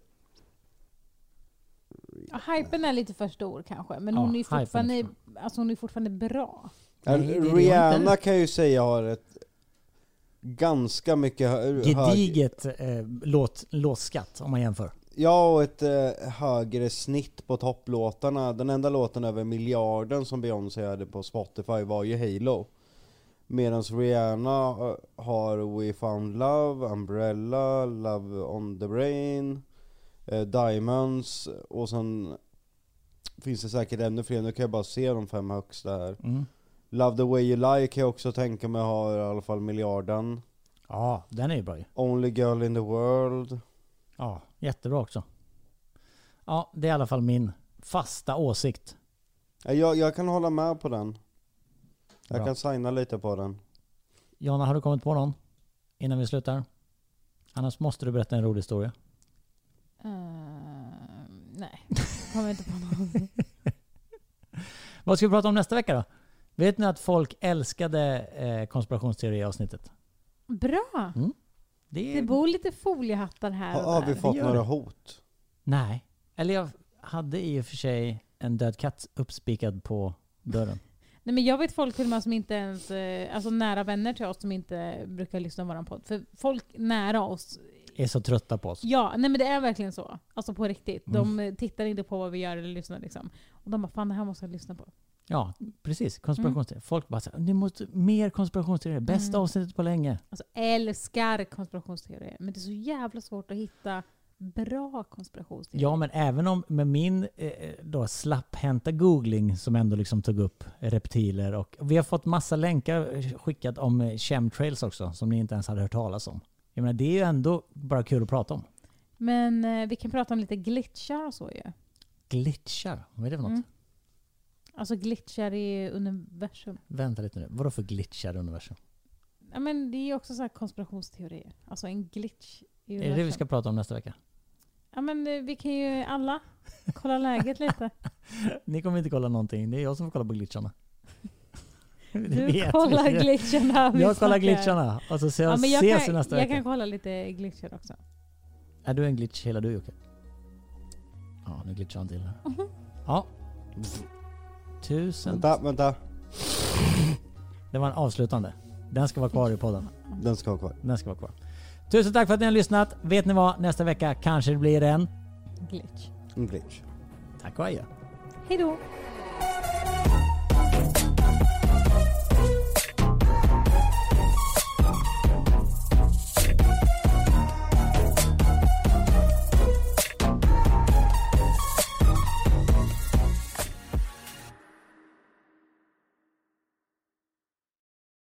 Ja, hypen är lite för stor kanske. Men Ja, hon är ju hypen är fortfarande, för alltså hon är fortfarande bra. Nej, det är det Rihanna inte. kan ju säga har ett ganska mycket Gediget låtskatt om man jämför. Ja, och ett högre snitt på topplåtarna. Den enda låten över miljarden som Beyoncé hade på Spotify var ju Halo. Medan Rihanna har We Found Love, Umbrella, Love on the Brain, Diamonds, och sen finns det säkert ännu fler. Nu kan jag bara se de 5 högsta här. Love the way you lie kan jag också tänka mig har i alla fall miljarden. Ja, den är ju bra ju. Only girl in the world. Ja, jättebra också. Ja, det är i alla fall min fasta åsikt. Jag kan hålla med på den. Jag Bra. kan signa lite på den. Jonna, har du kommit på någon innan vi slutar? Annars måste du berätta en rolig historia. Nej, jag kommer inte på någon. Vad ska vi prata om nästa vecka då? Vet ni att folk älskade konspirationsteori-avsnittet? Bra! Det är... bor lite foliehattar här och Har där. vi fått gör några det. hot? Nej. Eller jag hade i och för sig en död katt uppspikad på dörren. Nej, men jag vet folk till och med som inte ens, alltså nära vänner till oss som inte brukar lyssna på våran podd. För folk nära oss är så trötta på oss. Ja, nej men det är verkligen så. Alltså på riktigt. De tittar inte på vad vi gör eller lyssnar liksom. Och de bara, fan det här måste jag lyssna på. Ja, precis. Konspirationsteorier. Folk bara säger, ni måste mer konspirationsteorier. Bästa avsnittet på länge. Alltså älskar konspirationsteorier. Men det är så jävla svårt att hitta bra konspirationsteorier. Ja, men även om med min då slapphänta googling som ändå liksom tog upp reptiler och vi har fått massa länkar skickat om chemtrails också som ni inte ens hade hört talas om. Jag menar, det är ju ändå bara kul att prata om. Men vi kan prata om lite glitchar och så ju. Glitchar? Vad är det för något? Alltså glitchar i universum. Vänta lite nu. Vadå för glitchar i universum? Ja, men det är ju också så här konspirationsteorier. Alltså en glitch i universum. Är det det vi ska prata om nästa vecka? Ja, men vi kan ju alla kolla läget lite. Ni kommer inte kolla någonting. Det är jag som får kolla på glitcharna. Du kollar glitcharna. Jag kollar glitcharna. Och så ses vi nästa vecka. Jag kan kolla lite glitchar också. Är du en glitch hela du, Jocke? Ja, nu glitchar han till. Ja. 1000. Vänta. Det var en avslutande. Den ska vara kvar i podden. Den ska vara kvar. Tusen tack för att ni har lyssnat. Vet ni vad? Nästa vecka kanske det blir en glitch. En glitch. Tack och adjö. Hej då.